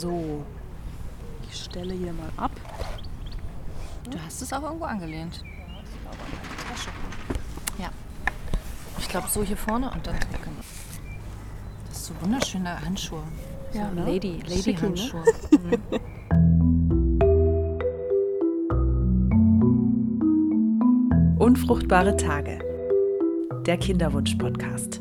So, ich stelle hier mal ab. Du hast es auch irgendwo angelehnt. Ja. Ich glaube so hier vorne und dann genau. Das ist so wunderschöne Handschuhe. So Ja, ne? Lady-Handschuhe. Ne? Unfruchtbare Tage. Der Kinderwunsch-Podcast.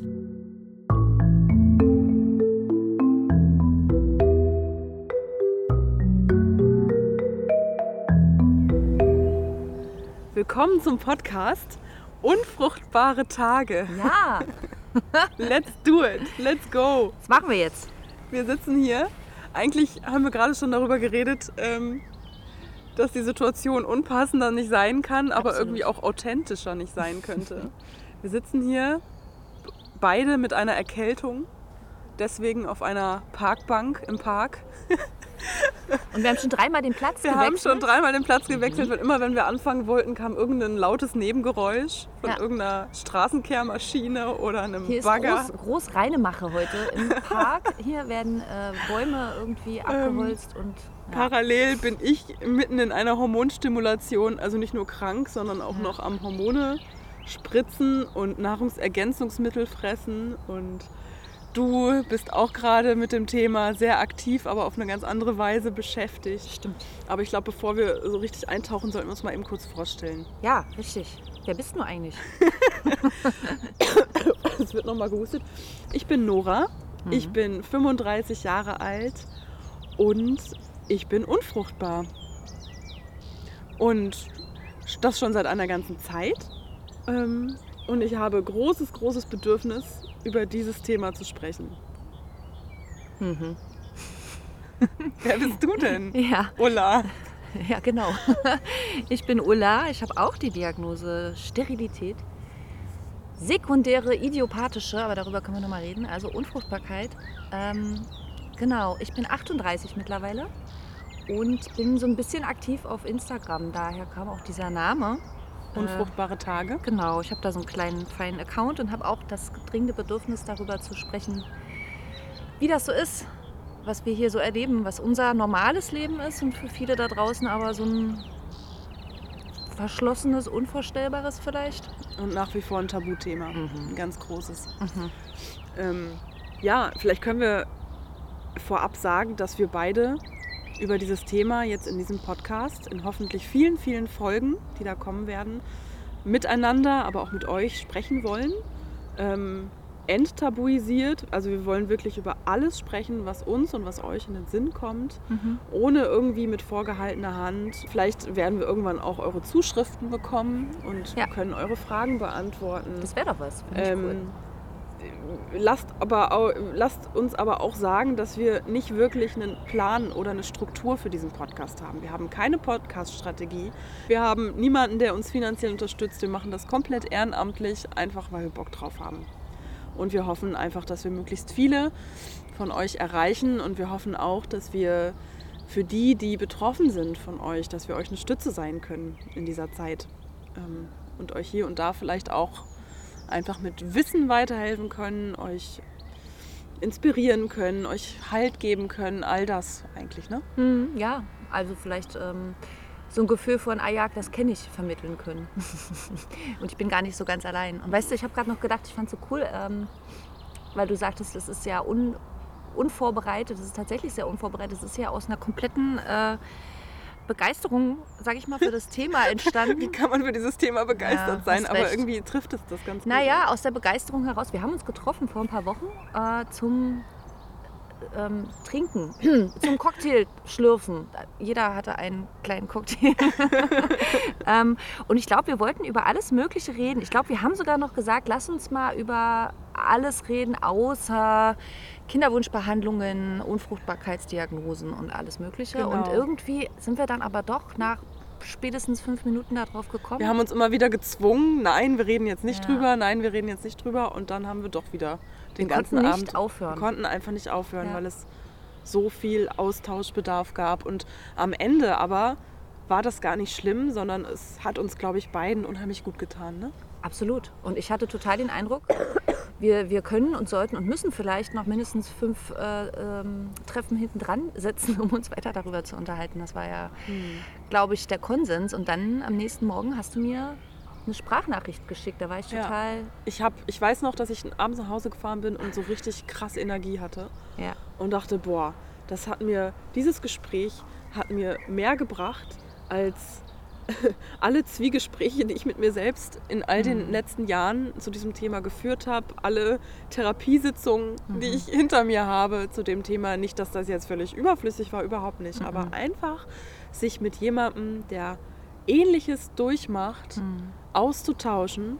Willkommen zum Podcast Unfruchtbare Tage. Ja, Let's do it. Let's go. das machen wir jetzt. Wir sitzen hier. Eigentlich haben wir gerade schon darüber geredet, dass die Situation unpassender nicht sein kann, aber Absolut. irgendwie auch authentischer nicht sein könnte. Wir sitzen hier beide mit einer Erkältung, deswegen auf einer Parkbank im Park. Und wir haben schon dreimal den Platz Wir gewechselt. haben schon dreimal den Platz gewechselt, weil immer, wenn wir anfangen wollten, kam irgendein lautes Nebengeräusch von Ja. irgendeiner Straßenkehrmaschine oder einem Hier ist Bagger. groß Reinemache heute im Park. Hier werden Bäume irgendwie abgeholzt und Parallel bin ich mitten in einer Hormonstimulation, also nicht nur krank, sondern auch noch am Hormone spritzen und Nahrungsergänzungsmittel fressen. Und du bist auch gerade mit dem Thema sehr aktiv, aber auf eine ganz andere Weise beschäftigt. Stimmt. Aber ich glaube, bevor wir so richtig eintauchen, sollten wir uns mal eben kurz vorstellen. Ja, richtig. Wer bist du eigentlich? Es wird nochmal gehustet. Ich bin Nora, ich bin 35 Jahre alt und ich bin unfruchtbar. Und das schon seit einer ganzen Zeit. Und ich habe großes Bedürfnis, über dieses Thema zu sprechen. Wer bist du denn? Ja, Ulla. ja, genau. Ich bin Ulla. Ich habe auch die Diagnose Sterilität. Sekundäre idiopathische, aber darüber können wir nochmal reden, also Unfruchtbarkeit. Genau, ich bin 38 mittlerweile und bin so ein bisschen aktiv auf Instagram. Daher kam auch dieser Name. Unfruchtbare Tage. Genau, ich habe da so einen kleinen, feinen Account und habe auch das dringende Bedürfnis, darüber zu sprechen, wie das so ist, was wir hier so erleben, was unser normales Leben ist und für viele da draußen aber so ein verschlossenes, unvorstellbares vielleicht. Und nach wie vor ein Tabuthema. Ein ganz großes. Ja, vielleicht können wir vorab sagen, dass wir beide über dieses Thema jetzt in diesem Podcast, in hoffentlich vielen Folgen, die da kommen werden, miteinander, aber auch mit euch sprechen wollen. Enttabuisiert, also wir wollen wirklich über alles sprechen, was uns und was euch in den Sinn kommt, ohne irgendwie mit vorgehaltener Hand. Vielleicht werden wir irgendwann auch eure Zuschriften bekommen und können eure Fragen beantworten. Das wäre doch was. Finde ich cool. Lasst uns aber auch sagen, dass wir nicht wirklich einen Plan oder eine Struktur für diesen Podcast haben. Wir haben keine Podcast-Strategie. Wir haben niemanden, der uns finanziell unterstützt. Wir machen das komplett ehrenamtlich, einfach weil wir Bock drauf haben. Und wir hoffen einfach, dass wir möglichst viele von euch erreichen. Und wir hoffen auch, dass wir für die betroffen sind von euch, dass wir euch eine Stütze sein können in dieser Zeit. Und euch hier und da vielleicht auch einfach mit Wissen weiterhelfen können, euch inspirieren können, euch Halt geben können, all das eigentlich, ne? Ja, also vielleicht so ein Gefühl von, das kenne ich, vermitteln können. Und ich bin gar nicht so ganz allein. Und weißt du, ich habe gerade noch gedacht, ich fand es so cool, weil du sagtest, es ist ja unvorbereitet, es ist tatsächlich sehr unvorbereitet, es ist ja aus einer kompletten Begeisterung, sage ich mal, für das Thema entstanden. Wie kann man für dieses Thema begeistert sein? Aber irgendwie trifft es das ganz gut. Naja, aus der Begeisterung heraus. Wir haben uns getroffen vor ein paar Wochen zum Trinken, zum Cocktail schlürfen. Jeder hatte einen kleinen Cocktail. Und ich glaube, wir wollten über alles Mögliche reden. Ich glaube, wir haben sogar noch gesagt, lass uns mal über alles reden, außer Kinderwunschbehandlungen, Unfruchtbarkeitsdiagnosen und alles Mögliche. Genau. Und irgendwie sind wir dann aber doch nach spätestens 5 Minuten darauf gekommen. Wir haben uns immer wieder gezwungen, nein, wir reden jetzt nicht drüber, nein, wir reden jetzt nicht drüber. Und dann haben wir doch wieder den ganzen Abend... nicht aufhören. Wir konnten einfach nicht aufhören, weil es so viel Austauschbedarf gab. Und am Ende aber war das gar nicht schlimm, sondern es hat uns, glaube ich, beiden unheimlich gut getan, ne? Absolut. Und ich hatte total den Eindruck, wir können und sollten und müssen vielleicht noch mindestens 5 Treffen hinten dran setzen, um uns weiter darüber zu unterhalten. Das war ja, glaube ich, der Konsens. Und dann am nächsten Morgen hast du mir eine Sprachnachricht geschickt. Da war ich total... Ja. Ich weiß noch, dass ich abends nach Hause gefahren bin und so richtig krass Energie hatte. Ja. Und dachte, boah, dieses Gespräch hat mir mehr gebracht als alle Zwiegespräche, die ich mit mir selbst in all den letzten Jahren zu diesem Thema geführt habe, alle Therapiesitzungen, die ich hinter mir habe zu dem Thema. Nicht, dass das jetzt völlig überflüssig war, überhaupt nicht, aber einfach sich mit jemandem, der Ähnliches durchmacht, auszutauschen,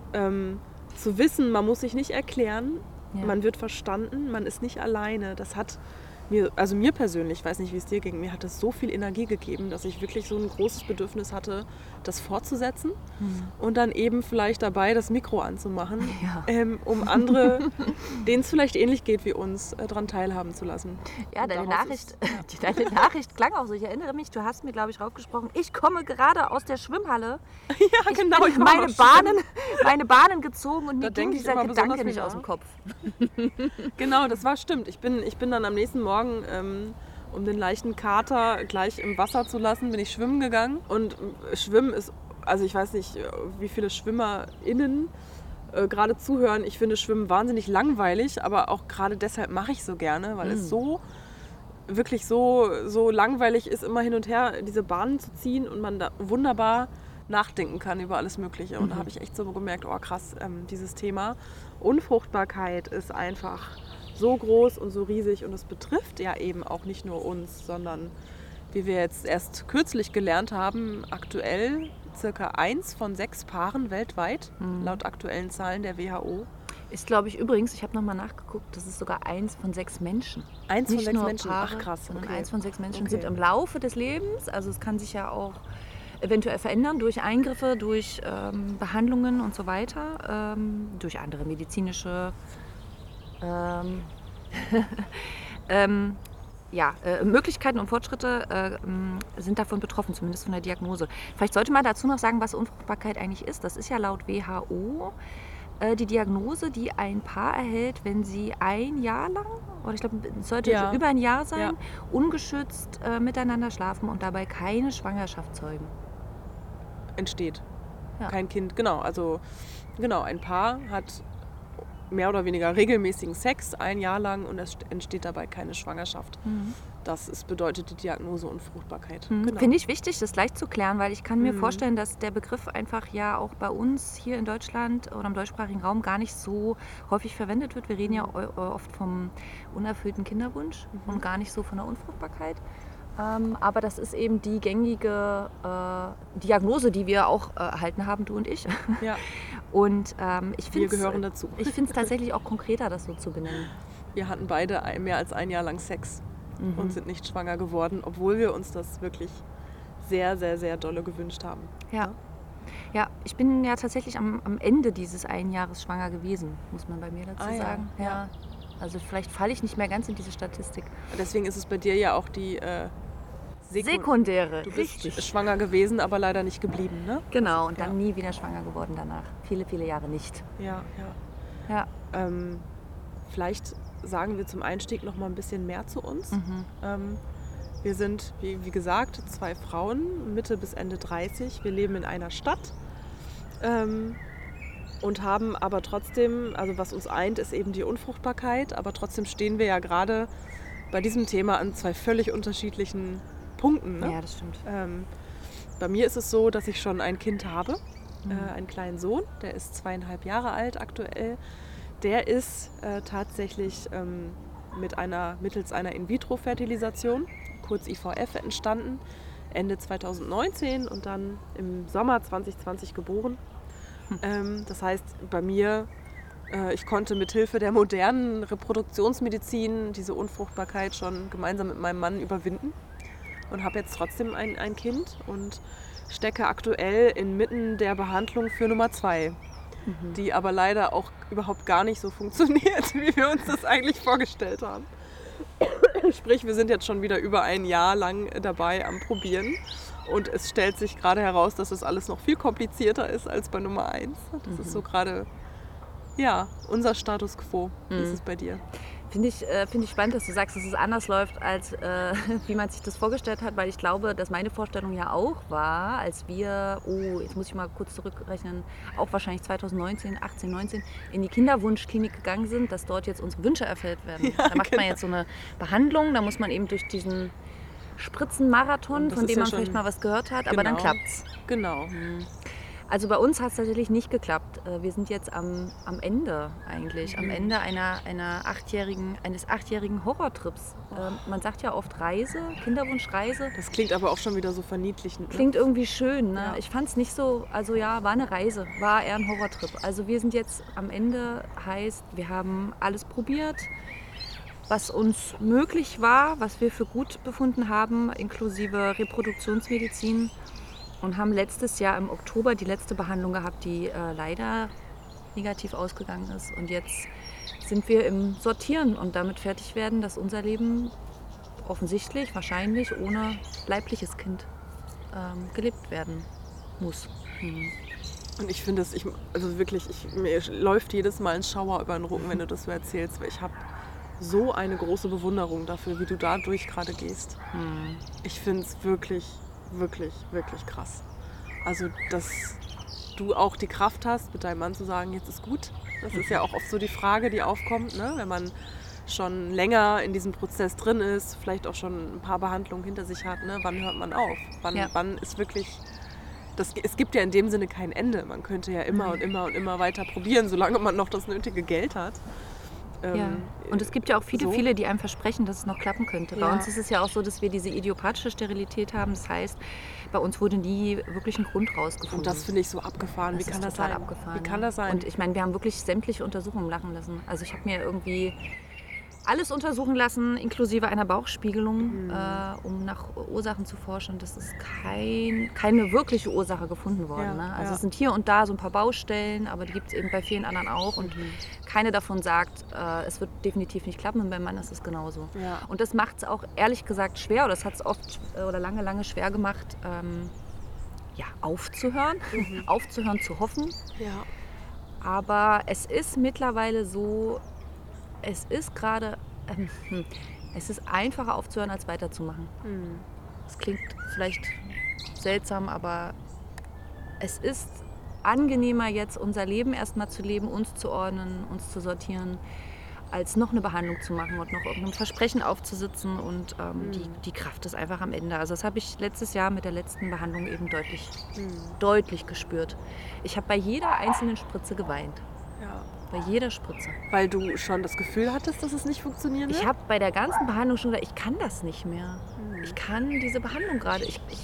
zu wissen, man muss sich nicht erklären, man wird verstanden, man ist nicht alleine. Das hat mir persönlich, ich weiß nicht, wie es dir ging, mir hat das so viel Energie gegeben, dass ich wirklich so ein großes Bedürfnis hatte, das fortzusetzen und dann eben vielleicht dabei das Mikro anzumachen, um andere, denen es vielleicht ähnlich geht wie uns, daran teilhaben zu lassen. Ja, deine Nachricht klang auch so. Ich erinnere mich, du hast mir, glaube ich, raufgesprochen, ich komme gerade aus der Schwimmhalle. Ja, genau. Ich habe meine Bahnen gezogen und mir ging dieser Gedanke nicht aus dem Kopf. Genau, das war stimmt. Ich bin dann am nächsten Morgen, um den leichten Kater gleich im Wasser zu lassen, bin ich schwimmen gegangen. Und Schwimmen ist, also ich weiß nicht, wie viele SchwimmerInnen gerade zuhören. Ich finde Schwimmen wahnsinnig langweilig, aber auch gerade deshalb mache ich so gerne, weil es wirklich so langweilig ist, immer hin und her diese Bahnen zu ziehen und man da wunderbar nachdenken kann über alles Mögliche. Und da habe ich echt so gemerkt, oh krass, dieses Thema Unfruchtbarkeit ist einfach so groß und so riesig und es betrifft ja eben auch nicht nur uns, sondern wie wir jetzt erst kürzlich gelernt haben, aktuell circa 1 von 6 Paaren weltweit, laut aktuellen Zahlen der WHO. Ist, glaube ich, übrigens, ich habe nochmal nachgeguckt, das ist sogar 1 von 6 Menschen. 1 von 6 Menschen? Paare, ach krass. Okay. 1 von 6 Menschen sind im Laufe des Lebens, also es kann sich ja auch eventuell verändern durch Eingriffe, durch Behandlungen und so weiter, durch andere medizinische Möglichkeiten und Fortschritte sind davon betroffen, zumindest von der Diagnose. Vielleicht sollte man dazu noch sagen, was Unfruchtbarkeit eigentlich ist. Das ist ja laut WHO die Diagnose, die ein Paar erhält, wenn sie ein Jahr lang, oder ich glaube, es sollte über ein Jahr sein, ungeschützt miteinander schlafen und dabei keine Schwangerschaft zeugen. Entsteht. Ja. Kein Kind, genau. Also genau, ein Paar hat mehr oder weniger regelmäßigen Sex ein Jahr lang und es entsteht dabei keine Schwangerschaft. Das bedeutet die Diagnose Unfruchtbarkeit. Genau. Finde ich wichtig, das gleich zu klären, weil ich kann mir vorstellen, dass der Begriff einfach ja auch bei uns hier in Deutschland oder im deutschsprachigen Raum gar nicht so häufig verwendet wird. Wir reden ja oft vom unerfüllten Kinderwunsch und gar nicht so von der Unfruchtbarkeit. Aber das ist eben die gängige Diagnose, die wir auch erhalten haben, du und ich. Ja. Und wir gehören dazu. Ich finde es tatsächlich auch konkreter, das so zu benennen. Wir hatten beide mehr als ein Jahr lang Sex und sind nicht schwanger geworden, obwohl wir uns das wirklich sehr, sehr, sehr dolle gewünscht haben. Ja, ich bin ja tatsächlich am Ende dieses einen Jahres schwanger gewesen, muss man bei mir dazu sagen. Ja. Also vielleicht falle ich nicht mehr ganz in diese Statistik. Deswegen ist es bei dir ja auch die sekundäre. Du bist schwanger gewesen, aber leider nicht geblieben, ne? Genau, und dann nie wieder schwanger geworden danach. Viele, viele Jahre nicht. Ja. Vielleicht sagen wir zum Einstieg noch mal ein bisschen mehr zu uns. Wir sind, wie gesagt, 2 Frauen, Mitte bis Ende 30. Wir leben in einer Stadt und haben aber trotzdem, also was uns eint, ist eben die Unfruchtbarkeit. Aber trotzdem stehen wir ja gerade bei diesem Thema an 2 völlig unterschiedlichen Punkten. Ne? Ja, das stimmt. Bei mir ist es so, dass ich schon ein Kind habe, einen kleinen Sohn, der ist 2,5 Jahre alt aktuell. Der ist tatsächlich mittels einer In-vitro-Fertilisation, kurz IVF, entstanden, Ende 2019 und dann im Sommer 2020 geboren. Das heißt, bei mir, ich konnte mit Hilfe der modernen Reproduktionsmedizin diese Unfruchtbarkeit schon gemeinsam mit meinem Mann überwinden und habe jetzt trotzdem ein Kind und stecke aktuell inmitten der Behandlung für Nummer 2. Die aber leider auch überhaupt gar nicht so funktioniert, wie wir uns das eigentlich vorgestellt haben. Sprich, wir sind jetzt schon wieder über ein Jahr lang dabei am Probieren und es stellt sich gerade heraus, dass das alles noch viel komplizierter ist als bei Nummer 1. Das ist so gerade Ja, unser Status quo. Wie ist es bei dir? Finde ich spannend, dass du sagst, dass es anders läuft, als wie man sich das vorgestellt hat, weil ich glaube, dass meine Vorstellung ja auch war, als wir, jetzt muss ich mal kurz zurückrechnen, auch wahrscheinlich 2019, 18, 19, in die Kinderwunschklinik gegangen sind, dass dort jetzt unsere Wünsche erfüllt werden. Da macht man jetzt so eine Behandlung, da muss man eben durch diesen Spritzenmarathon, von dem man vielleicht mal was gehört hat, aber dann klappt's. Genau. Also bei uns hat es tatsächlich nicht geklappt. Wir sind jetzt am Ende eigentlich, am Ende eines 8-jährigen Horrortrips. Man sagt ja oft Reise, Kinderwunschreise. Das klingt aber auch schon wieder so verniedlichend. Ne? Klingt irgendwie schön. Ne? Ja. Ich fand es nicht so, also ja, war eine Reise, war eher ein Horrortrip. Also wir sind jetzt am Ende, heißt, wir haben alles probiert, was uns möglich war, was wir für gut befunden haben, inklusive Reproduktionsmedizin. Und haben letztes Jahr im Oktober die letzte Behandlung gehabt, die leider negativ ausgegangen ist. Und jetzt sind wir im Sortieren und damit fertig werden, dass unser Leben offensichtlich, wahrscheinlich ohne leibliches Kind gelebt werden muss. Und ich finde es, also wirklich, mir läuft jedes Mal ein Schauer über den Rücken, wenn du das so erzählst. Weil ich habe so eine große Bewunderung dafür, wie du dadurch gerade gehst. Ich finde es wirklich, wirklich, wirklich krass. Also, dass du auch die Kraft hast, mit deinem Mann zu sagen, jetzt ist gut. Das ist ja auch oft so die Frage, die aufkommt, ne? Wenn man schon länger in diesem Prozess drin ist, vielleicht auch schon ein paar Behandlungen hinter sich hat, ne? Wann hört man auf? Wann ist wirklich... Es gibt ja in dem Sinne kein Ende. Man könnte ja immer und immer und immer weiter probieren, solange man noch das nötige Geld hat. Ja. Und es gibt ja auch viele, die einem versprechen, dass es noch klappen könnte. Bei uns ist es ja auch so, dass wir diese idiopathische Sterilität haben. Das heißt, bei uns wurde nie wirklich ein Grund rausgefunden. Und das finde ich so abgefahren. Wie kann das sein? Wie kann das sein? Und ich meine, wir haben wirklich sämtliche Untersuchungen machen lassen. Also ich habe mir irgendwie alles untersuchen lassen, inklusive einer Bauchspiegelung, um nach Ursachen zu forschen. Das ist keine wirkliche Ursache gefunden worden. Ne? Also es sind hier und da so ein paar Baustellen, aber die gibt es eben bei vielen anderen auch. Und keine davon sagt, es wird definitiv nicht klappen. Und beim Mann ist es genauso. Ja. Und das macht es auch ehrlich gesagt schwer, oder das hat es oft oder lange schwer gemacht, aufzuhören, aufzuhören zu hoffen. Ja. Aber es ist mittlerweile so, es ist einfacher aufzuhören, als weiterzumachen. Das klingt vielleicht seltsam, aber es ist angenehmer, jetzt unser Leben erstmal zu leben, uns zu ordnen, uns zu sortieren, als noch eine Behandlung zu machen und noch irgendeinem Versprechen aufzusitzen. Und die Kraft ist einfach am Ende. Also das habe ich letztes Jahr mit der letzten Behandlung eben deutlich gespürt. Ich habe bei jeder einzelnen Spritze geweint. Ja. Bei jeder Spritze. Weil du schon das Gefühl hattest, dass es nicht funktionieren wird? Ich habe bei der ganzen Behandlung schon gedacht, ich kann das nicht mehr. Ich kann diese Behandlung gerade.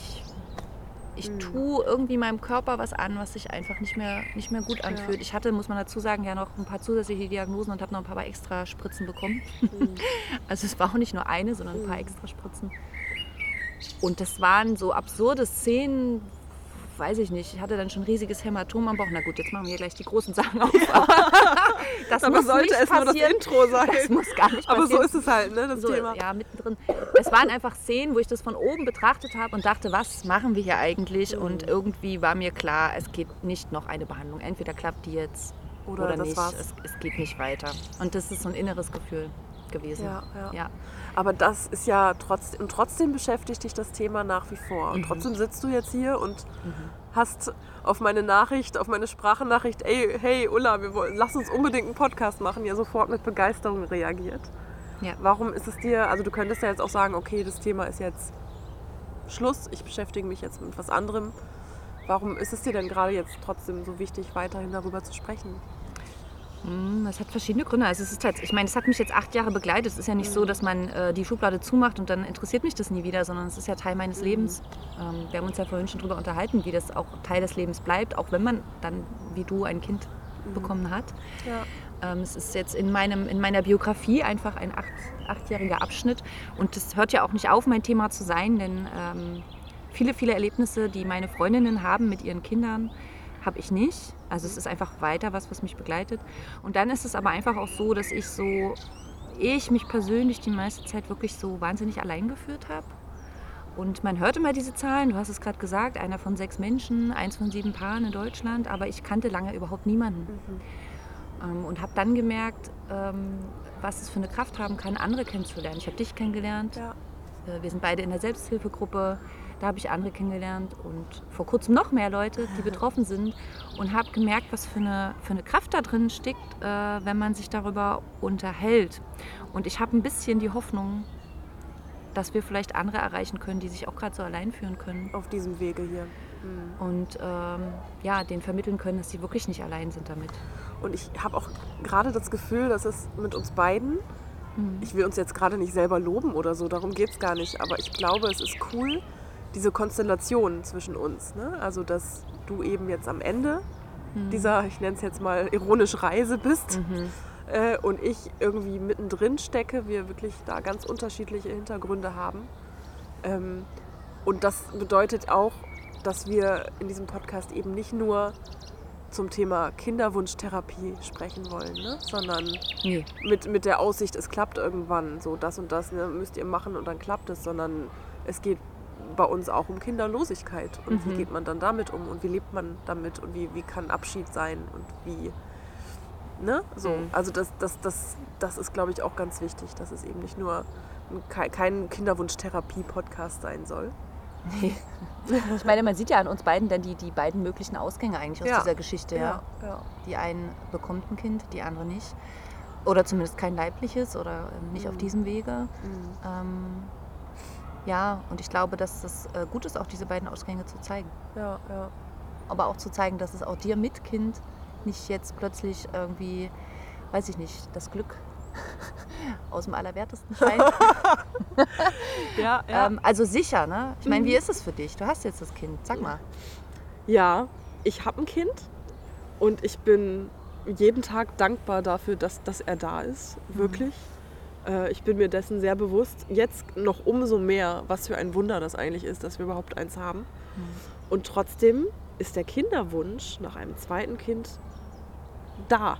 Ich tue irgendwie meinem Körper was an, was sich einfach nicht mehr gut anfühlt. Ja. Ich hatte, muss man dazu sagen, ja noch ein paar zusätzliche Diagnosen und habe noch ein paar extra Spritzen bekommen. Also es war auch nicht nur eine, sondern ein paar extra Spritzen. Und das waren so absurde Szenen, weiß ich nicht, ich hatte dann schon ein riesiges Hämatom am Bauch. Na gut, jetzt machen wir gleich die großen Sachen auf. Das aber muss sollte nicht es nur das Intro sein. Das muss gar nicht passieren. Aber so ist es halt, ne, das Thema. Ja, mittendrin. Es waren einfach Szenen, wo ich das von oben betrachtet habe und dachte, was machen wir hier eigentlich? Und irgendwie war mir klar, es geht nicht noch eine Behandlung. Entweder klappt die jetzt oder nicht. Es geht nicht weiter. Und das ist so ein inneres Gefühl gewesen. Ja. Aber das ist ja trotzdem beschäftigt dich das Thema nach wie vor. Und trotzdem sitzt du jetzt hier und hast auf meine Sprachnachricht, hey Ulla, lass uns unbedingt einen Podcast machen, ja sofort mit Begeisterung reagiert. Ja. Warum ist es dir, also du könntest ja jetzt auch sagen, okay, das Thema ist jetzt Schluss, ich beschäftige mich jetzt mit was anderem. Warum ist es dir denn gerade jetzt trotzdem so wichtig, weiterhin darüber zu sprechen? Das hat verschiedene Gründe. Also es ist halt, ich meine, es hat mich jetzt 8 Jahre begleitet. Es ist ja nicht so, dass man die Schublade zumacht und dann interessiert mich das nie wieder, sondern es ist ja Teil meines Lebens. Wir haben uns ja vorhin schon darüber unterhalten, wie das auch Teil des Lebens bleibt, auch wenn man dann, wie du, ein Kind bekommen hat. Ja. Es ist jetzt in meiner Biografie einfach ein 8-jähriger Abschnitt und das hört ja auch nicht auf, mein Thema zu sein, denn viele Erlebnisse, die meine Freundinnen haben mit ihren Kindern, habe ich nicht. Also es ist einfach weiter was mich begleitet. Und dann ist es aber einfach auch so, dass ich mich persönlich die meiste Zeit wirklich so wahnsinnig allein gefühlt habe. Und man hört immer diese Zahlen, du hast es gerade gesagt, 1 von 6 Menschen, 1 von 7 Paaren in Deutschland, aber ich kannte lange überhaupt niemanden. Und habe dann gemerkt, was es für eine Kraft haben kann, andere kennenzulernen. Ich habe dich kennengelernt. Ja. Wir sind beide in der Selbsthilfegruppe. Da habe ich andere kennengelernt und vor kurzem noch mehr Leute, die betroffen sind. Und habe gemerkt, was für eine Kraft da drin steckt, wenn man sich darüber unterhält. Und ich habe ein bisschen die Hoffnung, dass wir vielleicht andere erreichen können, die sich auch gerade so allein fühlen können. Auf diesem Wege hier. Und denen vermitteln können, dass sie wirklich nicht allein sind damit. Und ich habe auch gerade das Gefühl, dass es mit uns beiden, ich will uns jetzt gerade nicht selber loben oder so, darum geht es gar nicht, aber ich glaube, es ist cool, diese Konstellation zwischen uns. Ne? Also, dass du eben jetzt am Ende dieser, ich nenne es jetzt mal ironisch, Reise bist und ich irgendwie mittendrin stecke, wir wirklich da ganz unterschiedliche Hintergründe haben. Und das bedeutet auch, dass wir in diesem Podcast eben nicht nur zum Thema Kinderwunschtherapie sprechen wollen, ne? Sondern mit der Aussicht, es klappt irgendwann, so das und das, ne, müsst ihr machen und dann klappt es, sondern es geht bei uns auch um Kinderlosigkeit und wie geht man dann damit um und wie lebt man damit und wie kann Abschied sein und wie, ne? So, also das ist, glaube ich, auch ganz wichtig, dass es eben nicht nur kein Kinderwunschtherapie-Podcast sein soll. Nee. Ich meine, man sieht ja an uns beiden dann die beiden möglichen Ausgänge eigentlich aus dieser Geschichte. Ja. Die einen bekommt ein Kind, die andere nicht. Oder zumindest kein leibliches oder nicht auf diesem Wege. Und ich glaube, dass es gut ist, auch diese beiden Ausgänge zu zeigen. Ja. Aber auch zu zeigen, dass es auch dir mit Kind nicht jetzt plötzlich irgendwie, weiß ich nicht, das Glück aus dem Allerwertesten scheint. Ja. Also sicher, ne? Ich meine, wie ist es für dich? Du hast jetzt das Kind, sag mal. Ja, ich habe ein Kind und ich bin jeden Tag dankbar dafür, dass er da ist, wirklich. Ich bin mir dessen sehr bewusst. Jetzt noch umso mehr, was für ein Wunder das eigentlich ist, dass wir überhaupt eins haben. Und trotzdem ist der Kinderwunsch nach einem zweiten Kind da.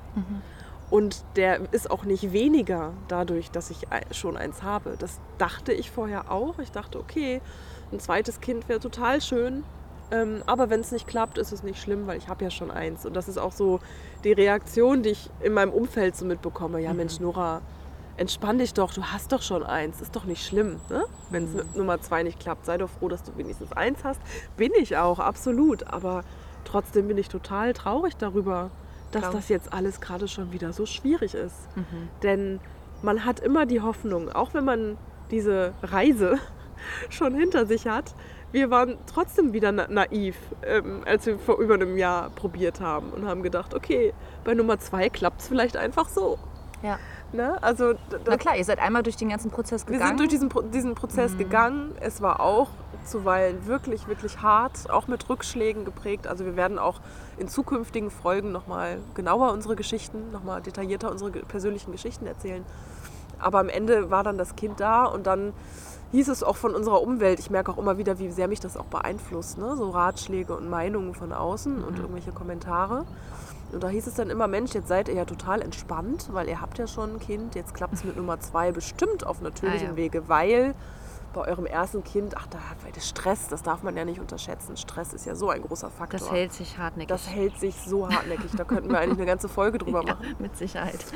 Und der ist auch nicht weniger dadurch, dass ich schon eins habe. Das dachte ich vorher auch. Ich dachte, okay, ein zweites Kind wäre total schön. Aber wenn es nicht klappt, ist es nicht schlimm, weil ich habe ja schon eins. Und das ist auch so die Reaktion, die ich in meinem Umfeld so mitbekomme. Ja, Mensch, Nora, entspann dich doch, du hast doch schon eins. Ist doch nicht schlimm, ne? Wenn es mit Nummer 2 nicht klappt. Sei doch froh, dass du wenigstens eins hast. Bin ich auch, absolut. Aber trotzdem bin ich total traurig darüber, dass das jetzt alles gerade schon wieder so schwierig ist. Denn man hat immer die Hoffnung, auch wenn man diese Reise schon hinter sich hat, wir waren trotzdem wieder naiv, als wir vor über einem Jahr probiert haben und haben gedacht, okay, bei Nummer 2 klappt es vielleicht einfach so. Ja. Ne? Also, na klar, ihr seid einmal durch den ganzen Prozess gegangen. Wir sind durch diesen Prozess gegangen. Es war auch zuweilen wirklich, wirklich hart, auch mit Rückschlägen geprägt. Also wir werden auch in zukünftigen Folgen nochmal genauer unsere Geschichten, nochmal detaillierter unsere persönlichen Geschichten erzählen. Aber am Ende war dann das Kind da und dann hieß es auch von unserer Umwelt, ich merke auch immer wieder, wie sehr mich das auch beeinflusst, ne? So Ratschläge und Meinungen von außen und irgendwelche Kommentare. Und da hieß es dann immer, Mensch, jetzt seid ihr ja total entspannt, weil ihr habt ja schon ein Kind, jetzt klappt es mit Nummer 2 bestimmt auf natürlichem Wege, weil bei eurem ersten Kind, der Stress, das darf man ja nicht unterschätzen. Stress ist ja so ein großer Faktor. Das hält sich hartnäckig. Das hält sich so hartnäckig, da könnten wir eigentlich eine ganze Folge drüber machen. Mit Sicherheit.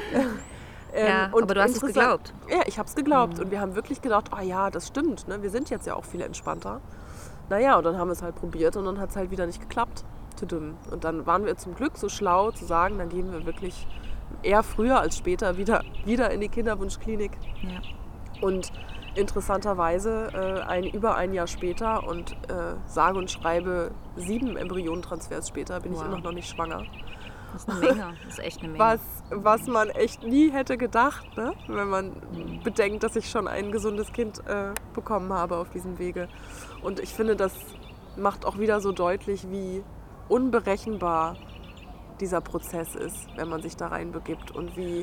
Und aber du hast es geglaubt. Ja, ich habe es geglaubt und wir haben wirklich gedacht, ja, das stimmt, ne? Wir sind jetzt ja auch viel entspannter. Naja, und dann haben wir es halt probiert und dann hat es halt wieder nicht geklappt. Und dann waren wir zum Glück so schlau zu sagen, dann gehen wir wirklich eher früher als später wieder in die Kinderwunschklinik. Ja. Und interessanterweise über ein Jahr später und sage und schreibe 7 Embryonentransfers später bin ich immer noch nicht schwanger. Das ist eine Menge, das ist echt eine Menge. Was man echt nie hätte gedacht, ne? Wenn man bedenkt, dass ich schon ein gesundes Kind bekommen habe auf diesem Wege. Und ich finde, das macht auch wieder so deutlich, wie unberechenbar dieser Prozess ist, wenn man sich da reinbegibt und wie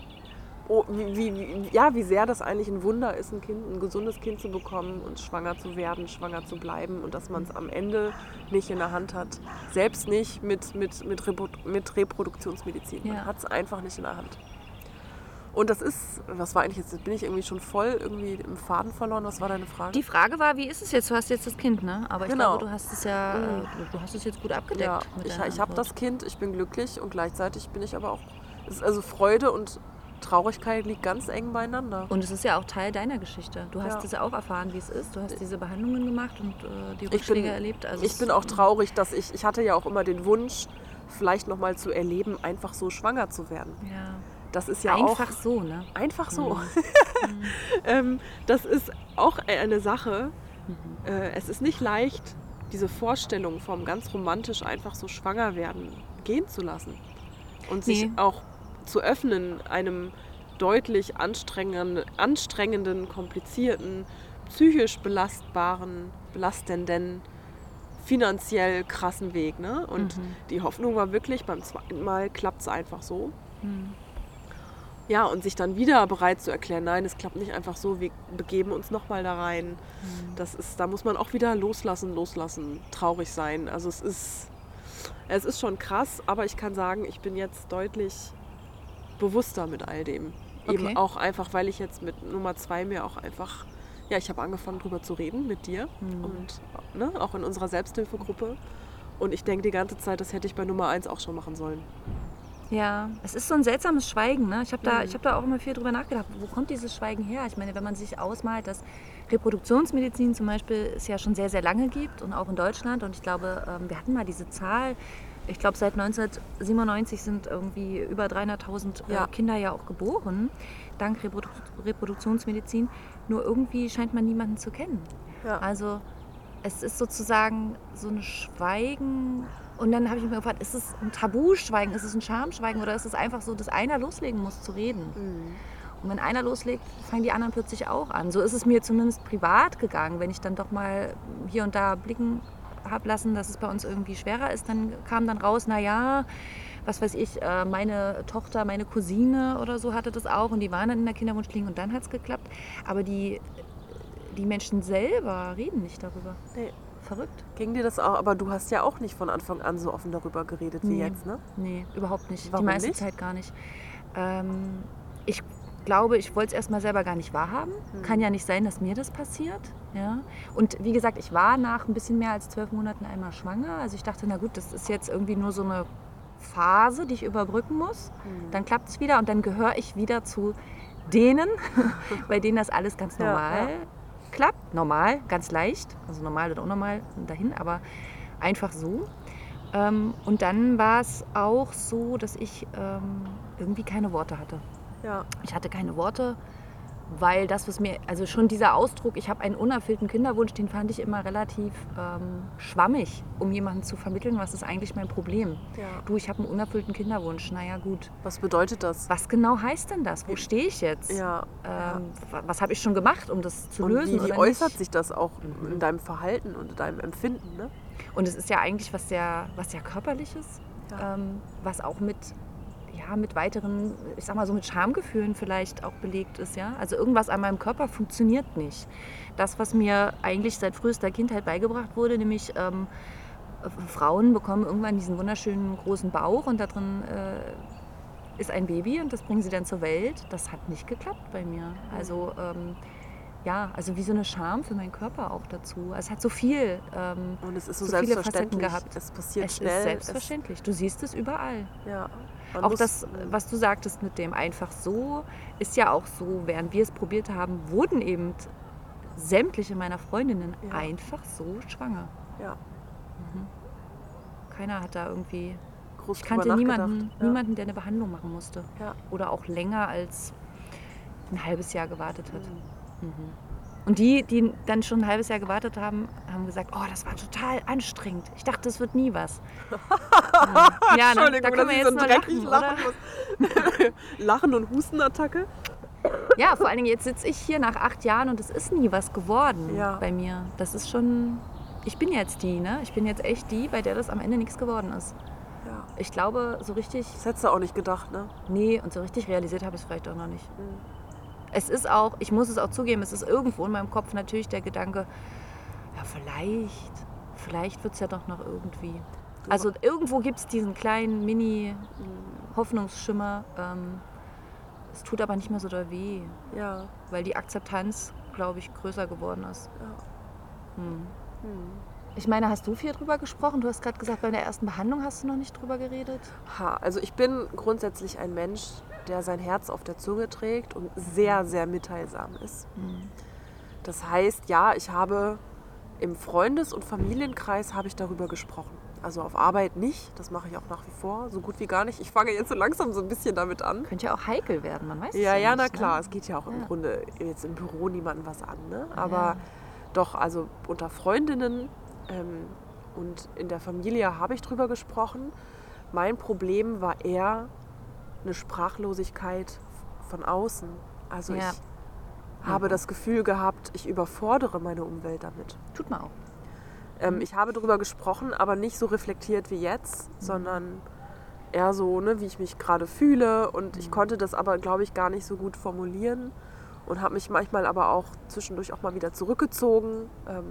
sehr das eigentlich ein Wunder ist, ein gesundes Kind zu bekommen und schwanger zu werden, schwanger zu bleiben und dass man es am Ende nicht in der Hand hat. Selbst nicht mit Reproduktionsmedizin. Man hat es einfach nicht in der Hand. Und was war eigentlich jetzt bin ich irgendwie schon voll irgendwie im Faden verloren. Was war deine Frage? Die Frage war, wie ist es jetzt? Du hast jetzt das Kind, ne? Aber ich glaube, du hast es du hast es jetzt gut abgedeckt. Ja, ich habe das Kind, ich bin glücklich und gleichzeitig bin ich aber auch Also Freude und Traurigkeit liegt ganz eng beieinander. Und es ist ja auch Teil deiner Geschichte. Du hast es ja auch erfahren, wie es ist. Du hast diese Behandlungen gemacht und die Rückschläge erlebt. Also ich bin auch traurig, dass ich hatte ja auch immer den Wunsch, vielleicht nochmal zu erleben, einfach so schwanger zu werden. Ja. Das ist ja einfach auch... so, ne? Einfach so. Das ist auch eine Sache. Es ist nicht leicht, diese Vorstellung vom ganz romantisch einfach so schwanger werden gehen zu lassen. Und sich auch zu öffnen einem deutlich anstrengenden, komplizierten, psychisch belastenden, finanziell krassen Weg. Ne? Und die Hoffnung war wirklich, beim zweiten Mal klappt es einfach so. Ja, und sich dann wieder bereit zu erklären, nein, es klappt nicht einfach so, wir begeben uns nochmal da rein. Da muss man auch wieder loslassen, traurig sein. Also es ist schon krass, aber ich kann sagen, ich bin jetzt deutlich bewusster mit all dem. Eben auch einfach, weil ich jetzt mit Nummer 2 mir auch einfach, ja, ich habe angefangen drüber zu reden mit dir und auch in unserer Selbsthilfegruppe. Und ich denke die ganze Zeit, das hätte ich bei Nummer 1 auch schon machen sollen. Ja, es ist so ein seltsames Schweigen. Ne? Ich hab da auch immer viel drüber nachgedacht. Wo kommt dieses Schweigen her? Ich meine, wenn man sich ausmalt, dass Reproduktionsmedizin zum Beispiel es ja schon sehr, sehr lange gibt und auch in Deutschland. Und ich glaube, wir hatten mal diese Zahl, ich glaube seit 1997 sind irgendwie über 300.000 Kinder ja auch geboren, dank Reproduktionsmedizin. Nur irgendwie scheint man niemanden zu kennen. Ja. Also es ist sozusagen so ein Schweigen. Und dann habe ich mir gefragt, ist es ein Tabuschweigen, ist es ein Schamschweigen oder ist es einfach so, dass einer loslegen muss zu reden? Und wenn einer loslegt, fangen die anderen plötzlich auch an. So ist es mir zumindest privat gegangen. Wenn ich dann doch mal hier und da blicken habe lassen, dass es bei uns irgendwie schwerer ist, dann kam dann raus, was weiß ich, meine Tochter, meine Cousine oder so hatte das auch und die waren dann in der Kinderwunschklinik und dann hat es geklappt. Aber die Menschen selber reden nicht darüber. Nee. Verrückt. Ging dir das auch? Aber du hast ja auch nicht von Anfang an so offen darüber geredet wie jetzt, ne? Nee, überhaupt nicht. Warum die meiste nicht? Zeit gar nicht. Ich glaube, ich wollte es erstmal selber gar nicht wahrhaben. Kann ja nicht sein, dass mir das passiert. Ja? Und wie gesagt, ich war nach ein bisschen mehr als 12 Monaten einmal schwanger. Also ich dachte, na gut, das ist jetzt irgendwie nur so eine Phase, die ich überbrücken muss. Dann klappt es wieder und dann gehöre ich wieder zu denen, bei denen das alles ganz normal klappt. Normal, ganz leicht. Also normal oder unnormal dahin, aber einfach so. Und dann war es auch so, dass ich irgendwie keine Worte hatte. Ja. Ich hatte keine Worte, weil das, was mir, also schon dieser Ausdruck, ich habe einen unerfüllten Kinderwunsch, den fand ich immer relativ schwammig, um jemandem zu vermitteln, was ist eigentlich mein Problem. Ja. Du, ich habe einen unerfüllten Kinderwunsch, naja gut. Was bedeutet das? Was genau heißt denn das? Wo stehe ich jetzt? Ja. Was habe ich schon gemacht, um das zu lösen? Wie äußert sich das auch in deinem Verhalten und in deinem Empfinden? Ne? Und es ist ja eigentlich was sehr Körperliches, was auch mit weiteren, ich sag mal so mit Schamgefühlen vielleicht auch belegt ist. Ja? Also irgendwas an meinem Körper funktioniert nicht. Das, was mir eigentlich seit frühester Kindheit beigebracht wurde, nämlich Frauen bekommen irgendwann diesen wunderschönen großen Bauch und da drin ist ein Baby und das bringen sie dann zur Welt. Das hat nicht geklappt bei mir. Also also wie so eine Scham für meinen Körper auch dazu. Es hat so viel und es ist so viele selbstverständlich. Facetten gehabt. Es passiert Es schnell. ist selbstverständlich. Du siehst es überall. Ja. Auch das, was du sagtest mit dem einfach so, ist ja auch so, während wir es probiert haben, wurden eben sämtliche meiner Freundinnen einfach so schwanger. Ja. Keiner hat da irgendwie... Groß Ich kannte drüber niemanden, nachgedacht. der eine Behandlung machen musste. Ja. Oder auch länger als ein halbes Jahr gewartet hat. Und die dann schon ein halbes Jahr gewartet haben, haben gesagt, oh, das war total anstrengend. Ich dachte, das wird nie was. Ja, Entschuldigung, da können wir jetzt nur lachen, oder? Lachen und Hustenattacke. Ja, vor allen Dingen jetzt sitze ich hier nach 8 Jahren und es ist nie was geworden bei mir. Das ist schon, ich bin jetzt die, ne? Ich bin jetzt echt die, bei der das am Ende nichts geworden ist. Ja. Ich glaube, so richtig... Das hättest du auch nicht gedacht, ne? Nee, und so richtig realisiert habe ich es vielleicht auch noch nicht. Es ist auch, ich muss es auch zugeben, es ist irgendwo in meinem Kopf natürlich der Gedanke, ja vielleicht wird es ja doch noch irgendwie. Also irgendwo gibt es diesen kleinen Mini-Hoffnungsschimmer. Es tut aber nicht mehr so doll weh, weil die Akzeptanz, glaube ich, größer geworden ist. Ja. Ich meine, hast du viel drüber gesprochen? Du hast gerade gesagt, bei der ersten Behandlung hast du noch nicht drüber geredet. Also ich bin grundsätzlich ein Mensch, der sein Herz auf der Zunge trägt und sehr, sehr mitteilsam ist. Das heißt, ja, ich habe im Freundes- und Familienkreis habe ich darüber gesprochen. Also auf Arbeit nicht, das mache ich auch nach wie vor, so gut wie gar nicht. Ich fange jetzt so langsam so ein bisschen damit an. Könnte ja auch heikel werden, man weiß es Ja, ja nicht. na klar, Ne? es geht ja auch im Grunde jetzt im Büro niemandem was an. Ne? Aber doch, also unter Freundinnen und in der Familie habe ich drüber gesprochen. Mein Problem war eher eine Sprachlosigkeit von außen. Also ich habe das Gefühl gehabt, ich überfordere meine Umwelt damit. Tut man auch. Ich habe darüber gesprochen, aber nicht so reflektiert wie jetzt, sondern eher so, ne, wie ich mich gerade fühle. Und ich konnte das aber, glaube ich, gar nicht so gut formulieren und habe mich manchmal aber auch zwischendurch auch mal wieder zurückgezogen.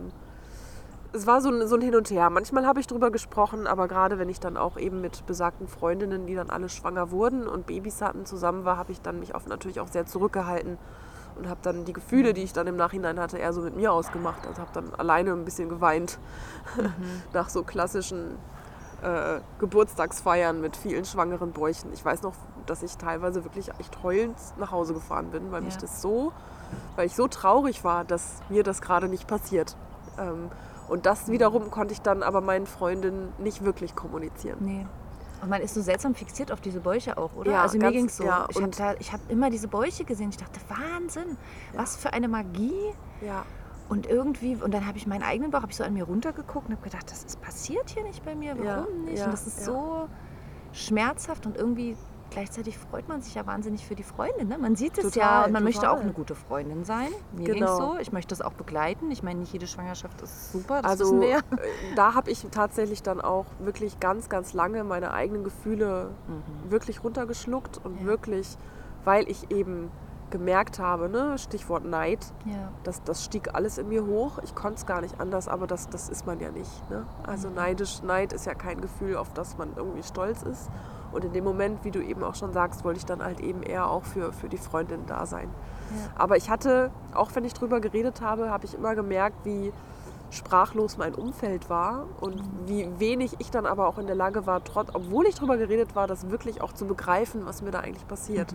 Es war so ein Hin und Her. Manchmal habe ich darüber gesprochen, aber gerade wenn ich dann auch eben mit besagten Freundinnen, die dann alle schwanger wurden und Babys hatten, zusammen war, habe ich dann mich natürlich auch sehr zurückgehalten und habe dann die Gefühle, die ich dann im Nachhinein hatte, eher so mit mir ausgemacht. Also habe dann alleine ein bisschen geweint nach so klassischen Geburtstagsfeiern mit vielen schwangeren Bäuchen. Ich weiß noch, dass ich teilweise wirklich echt heulend nach Hause gefahren bin, weil weil ich so traurig war, dass mir das gerade nicht passiert. Und das wiederum konnte ich dann aber meinen Freundinnen nicht wirklich kommunizieren. Nee. Und man ist so seltsam fixiert auf diese Bäuche auch, oder? Ja, also mir ging es so. ja, ich hab immer diese Bäuche gesehen. Ich dachte, Wahnsinn, was für eine Magie. Ja. Und irgendwie, und dann habe ich meinen eigenen Bauch, habe ich so an mir runtergeguckt und habe gedacht, das ist passiert hier nicht bei mir, warum nicht? Ja, und das ist so schmerzhaft und irgendwie gleichzeitig freut man sich ja wahnsinnig für die Freundin. Ne? Man sieht es Total, und man möchte auch total. eine gute Freundin sein. Mir ging es so. Ich möchte das auch begleiten. Ich meine, nicht jede Schwangerschaft ist super, das wissen wir ja. Da habe ich tatsächlich dann auch wirklich ganz, ganz lange meine eigenen Gefühle wirklich runtergeschluckt und wirklich, weil ich eben gemerkt habe, ne, Stichwort Neid, das stieg alles in mir hoch. Ich konnte es gar nicht anders, aber das ist man ja nicht. Ne? Also Neid ist ja kein Gefühl, auf das man irgendwie stolz ist. Und in dem Moment, wie du eben auch schon sagst, wollte ich dann halt eben eher auch für die Freundin da sein. Ja. Aber ich hatte, auch wenn ich drüber geredet habe, habe ich immer gemerkt, wie sprachlos mein Umfeld war und wie wenig ich dann aber auch in der Lage war, obwohl ich drüber geredet war, das wirklich auch zu begreifen, was mir da eigentlich passiert.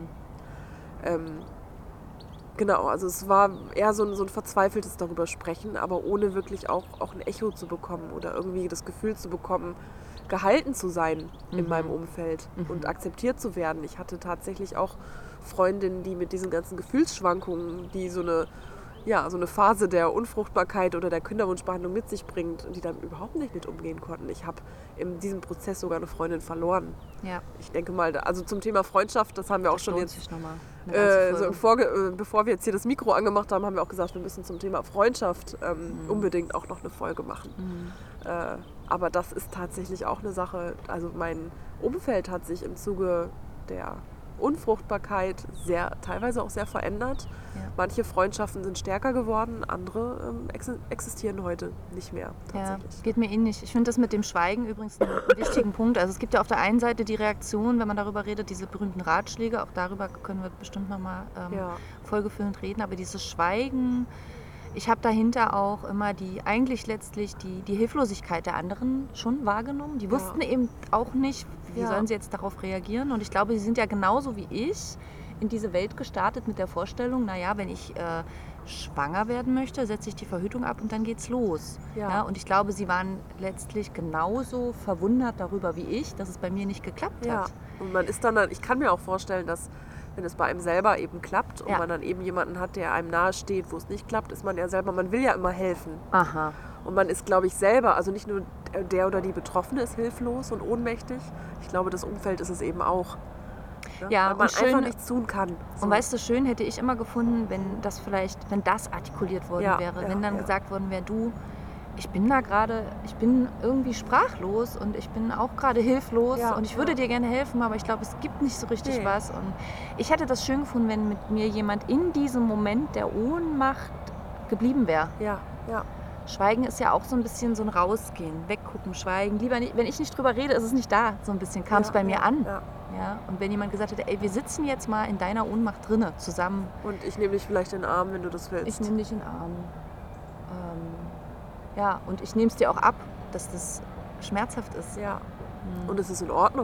Genau, also es war eher so ein verzweifeltes darüber sprechen, aber ohne wirklich auch ein Echo zu bekommen oder irgendwie das Gefühl zu bekommen, gehalten zu sein in meinem Umfeld und akzeptiert zu werden. Ich hatte tatsächlich auch Freundinnen, die mit diesen ganzen Gefühlsschwankungen, die so eine Phase der Unfruchtbarkeit oder der Kinderwunschbehandlung mit sich bringt, die dann überhaupt nicht mit umgehen konnten. Ich habe in diesem Prozess sogar eine Freundin verloren. Ja. Ich denke mal, also zum Thema Freundschaft, das haben wir auch schon jetzt, bevor wir jetzt hier das Mikro angemacht haben, haben wir auch gesagt, wir müssen zum Thema Freundschaft unbedingt auch noch eine Folge machen. Aber das ist tatsächlich auch eine Sache, also mein Umfeld hat sich im Zuge der Unfruchtbarkeit teilweise auch sehr verändert. Ja. Manche Freundschaften sind stärker geworden, andere existieren heute nicht mehr. Tatsächlich. Ja, geht mir ähnlich. Ich finde das mit dem Schweigen übrigens einen wichtigen Punkt. Also es gibt ja auf der einen Seite die Reaktion, wenn man darüber redet, diese berühmten Ratschläge, auch darüber können wir bestimmt nochmal folgefüllend reden, aber dieses Schweigen, ich habe dahinter auch immer eigentlich letztlich die Hilflosigkeit der anderen schon wahrgenommen. Die wussten eben auch nicht, wie sollen sie jetzt darauf reagieren. Und ich glaube, sie sind ja genauso wie ich in diese Welt gestartet mit der Vorstellung, naja, wenn ich schwanger werden möchte, setze ich die Verhütung ab und dann geht's los. Ja, und ich glaube, sie waren letztlich genauso verwundert darüber wie ich, dass es bei mir nicht geklappt hat. Und man ist ich kann mir auch vorstellen, dass wenn es bei einem selber eben klappt und man dann eben jemanden hat, der einem nahe steht, wo es nicht klappt, ist man ja selber, man will ja immer helfen. Aha. Und man ist, glaube ich, selber, also nicht nur der oder die Betroffene ist hilflos und ohnmächtig, ich glaube, das Umfeld ist es eben auch. Ja, weil man einfach nichts tun kann. So. Und weißt du, schön hätte ich immer gefunden, wenn das artikuliert worden wäre, wenn dann gesagt worden wäre, du, ich bin irgendwie sprachlos und ich bin auch gerade hilflos und ich würde dir gerne helfen, aber ich glaube, es gibt nicht so richtig was. Und ich hätte das schön gefunden, wenn mit mir jemand in diesem Moment der Ohnmacht geblieben wäre. Ja. Schweigen ist ja auch so ein bisschen so ein Rausgehen, weggucken, schweigen. Lieber nicht, wenn ich nicht drüber rede, ist es nicht da. So ein bisschen kam es bei mir an. Ja. Und wenn jemand gesagt hätte, ey, wir sitzen jetzt mal in deiner Ohnmacht drinne, zusammen. Und ich nehme dich vielleicht in den Arm, wenn du das willst. Ich nehme dich in den Arm. Ja, und ich nehme es dir auch ab, dass das schmerzhaft ist. Ja. Und es ist in Ordnung.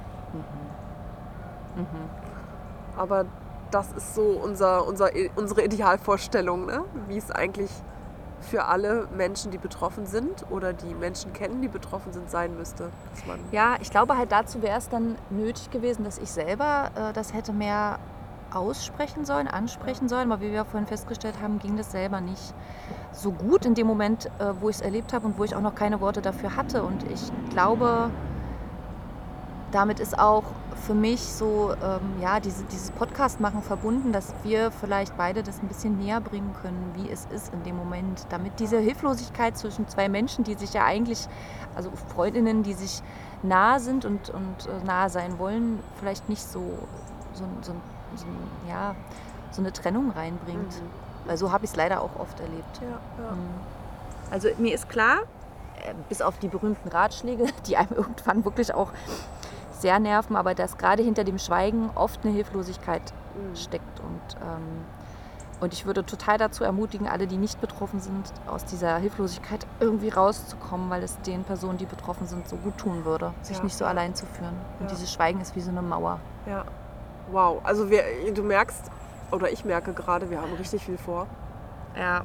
Aber das ist so unsere Idealvorstellung, ne? Wie es eigentlich für alle Menschen, die betroffen sind oder die Menschen kennen, die betroffen sind, sein müsste. Ja, ich glaube halt dazu wäre es dann nötig gewesen, dass ich selber das hätte mehr aussprechen sollen, ansprechen sollen. Aber wie wir vorhin festgestellt haben, ging das selber nicht so gut in dem Moment, wo ich es erlebt habe und wo ich auch noch keine Worte dafür hatte. Und ich glaube, damit ist auch für mich so dieses Podcast-Machen verbunden, dass wir vielleicht beide das ein bisschen näher bringen können, wie es ist in dem Moment, damit diese Hilflosigkeit zwischen zwei Menschen, die sich ja eigentlich, also Freundinnen, die sich nah sind und nahe sein wollen, vielleicht nicht so eine Trennung reinbringt. Weil so habe ich es leider auch oft erlebt. Ja. Also mir ist klar, bis auf die berühmten Ratschläge, die einem irgendwann wirklich auch sehr nerven, aber dass gerade hinter dem Schweigen oft eine Hilflosigkeit steckt. Und ich würde total dazu ermutigen, alle, die nicht betroffen sind, aus dieser Hilflosigkeit irgendwie rauszukommen, weil es den Personen, die betroffen sind, so gut tun würde, sich nicht so allein zu fühlen. Und dieses Schweigen ist wie so eine Mauer. Ja. Wow. Also du merkst, oder ich merke gerade, wir haben richtig viel vor. Ja.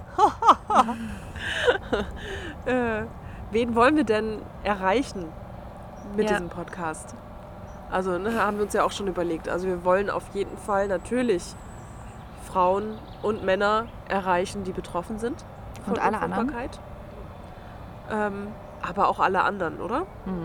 Wen wollen wir denn erreichen mit diesem Podcast? Also haben wir uns ja auch schon überlegt. Also wir wollen auf jeden Fall natürlich Frauen und Männer erreichen, die betroffen sind von Unfruchtbarkeit. Aber auch alle anderen, oder?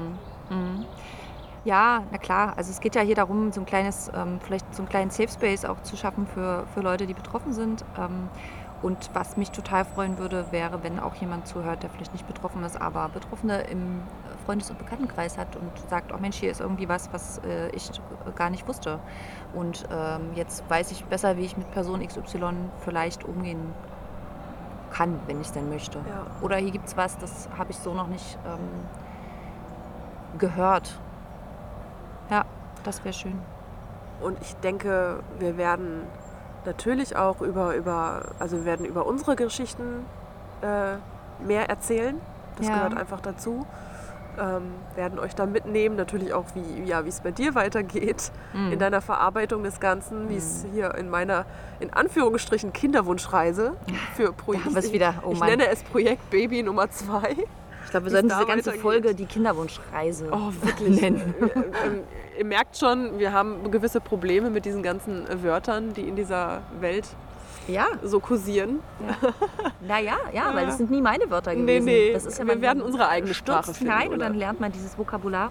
Ja, na klar. Also es geht ja hier darum, so ein kleines, vielleicht so einen kleinen Safe Space auch zu schaffen für Leute, die betroffen sind. Und was mich total freuen würde, wäre, wenn auch jemand zuhört, der vielleicht nicht betroffen ist, aber Betroffene im Freundes- und Bekanntenkreis hat und sagt, oh Mensch, hier ist irgendwie was ich gar nicht wusste. Und jetzt weiß ich besser, wie ich mit Person XY vielleicht umgehen kann, wenn ich es denn möchte. Ja. Oder hier gibt es was, das habe ich so noch nicht gehört. Ja, das wäre schön. Und ich denke, wir werden natürlich auch über unsere Geschichten mehr erzählen. Das gehört einfach dazu. Werden euch da mitnehmen, natürlich auch, wie es bei dir weitergeht, in deiner Verarbeitung des Ganzen, wie es hier in meiner, in Anführungsstrichen, Kinderwunschreise für Projekt, ich nenne es Projekt Baby Nummer 2. Ich glaube, wir sollten diese ganze Folge die Kinderwunschreise nennen. Ihr merkt schon, wir haben gewisse Probleme mit diesen ganzen Wörtern, die in dieser Welt so kursieren. Ja. Weil das sind nie meine Wörter gewesen. Nee. Das ist ja, wir werden unsere eigene Sprache finden. Nein, und dann lernt man dieses Vokabular.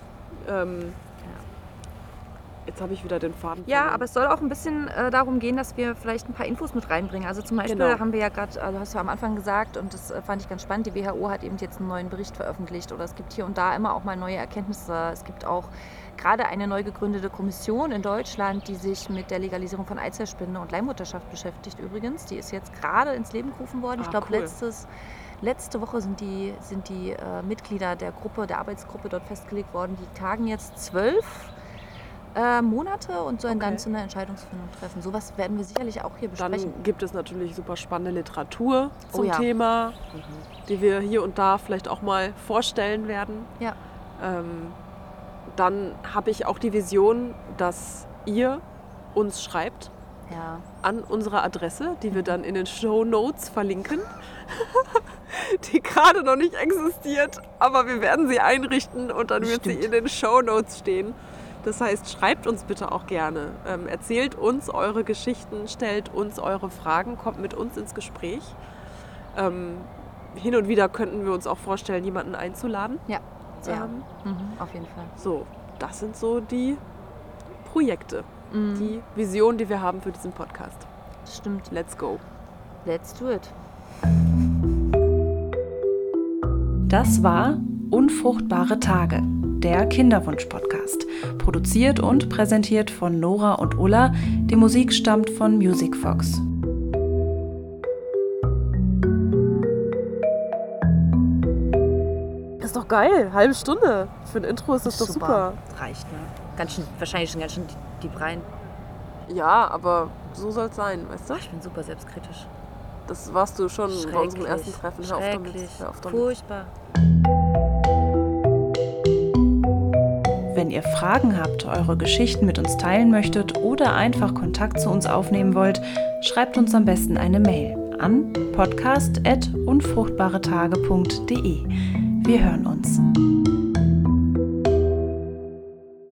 Jetzt habe ich wieder den Faden verloren. Ja, aber es soll auch ein bisschen darum gehen, dass wir vielleicht ein paar Infos mit reinbringen. Also zum Beispiel haben wir ja gerade, also hast du am Anfang gesagt, und das fand ich ganz spannend, die WHO hat eben jetzt einen neuen Bericht veröffentlicht. Oder es gibt hier und da immer auch mal neue Erkenntnisse. Es gibt auch gerade eine neu gegründete Kommission in Deutschland, die sich mit der Legalisierung von Eizellspende und Leihmutterschaft beschäftigt übrigens. Die ist jetzt gerade ins Leben gerufen worden. Ich glaube, letzte Woche sind die Mitglieder der Arbeitsgruppe dort festgelegt worden. Die tagen jetzt 12 Monate und sollen dann zu einer Entscheidungsfindung treffen. Sowas werden wir sicherlich auch hier besprechen. Dann gibt es natürlich super spannende Literatur zum Thema, die wir hier und da vielleicht auch mal vorstellen werden. Ja. Dann habe ich auch die Vision, dass ihr uns schreibt an unsere Adresse, die wir dann in den Shownotes verlinken, die gerade noch nicht existiert, aber wir werden sie einrichten und dann wird sie in den Shownotes stehen. Das heißt, schreibt uns bitte auch gerne, erzählt uns eure Geschichten, stellt uns eure Fragen, kommt mit uns ins Gespräch. Hin und wieder könnten wir uns auch vorstellen, jemanden einzuladen. Ja, auf jeden Fall. So, das sind so die Projekte, die Vision, die wir haben für diesen Podcast. Stimmt. Let's go. Let's do it. Das war Unfruchtbare Tage, der Kinderwunsch-Podcast. Produziert und präsentiert von Nora und Ulla. Die Musik stammt von Musicfox. Ist doch geil, halbe Stunde. Für ein Intro ist das doch super. Reicht, ne? Wahrscheinlich schon ganz schön deep rein. Ja, aber so soll es sein, weißt du? Ich bin super selbstkritisch. Das warst du schon bei unserem ersten Treffen. Hör auf damit. Hör auf damit. Furchtbar. Wenn ihr Fragen habt, eure Geschichten mit uns teilen möchtet oder einfach Kontakt zu uns aufnehmen wollt, schreibt uns am besten eine Mail an podcast@unfruchtbaretage.de. Wir hören uns.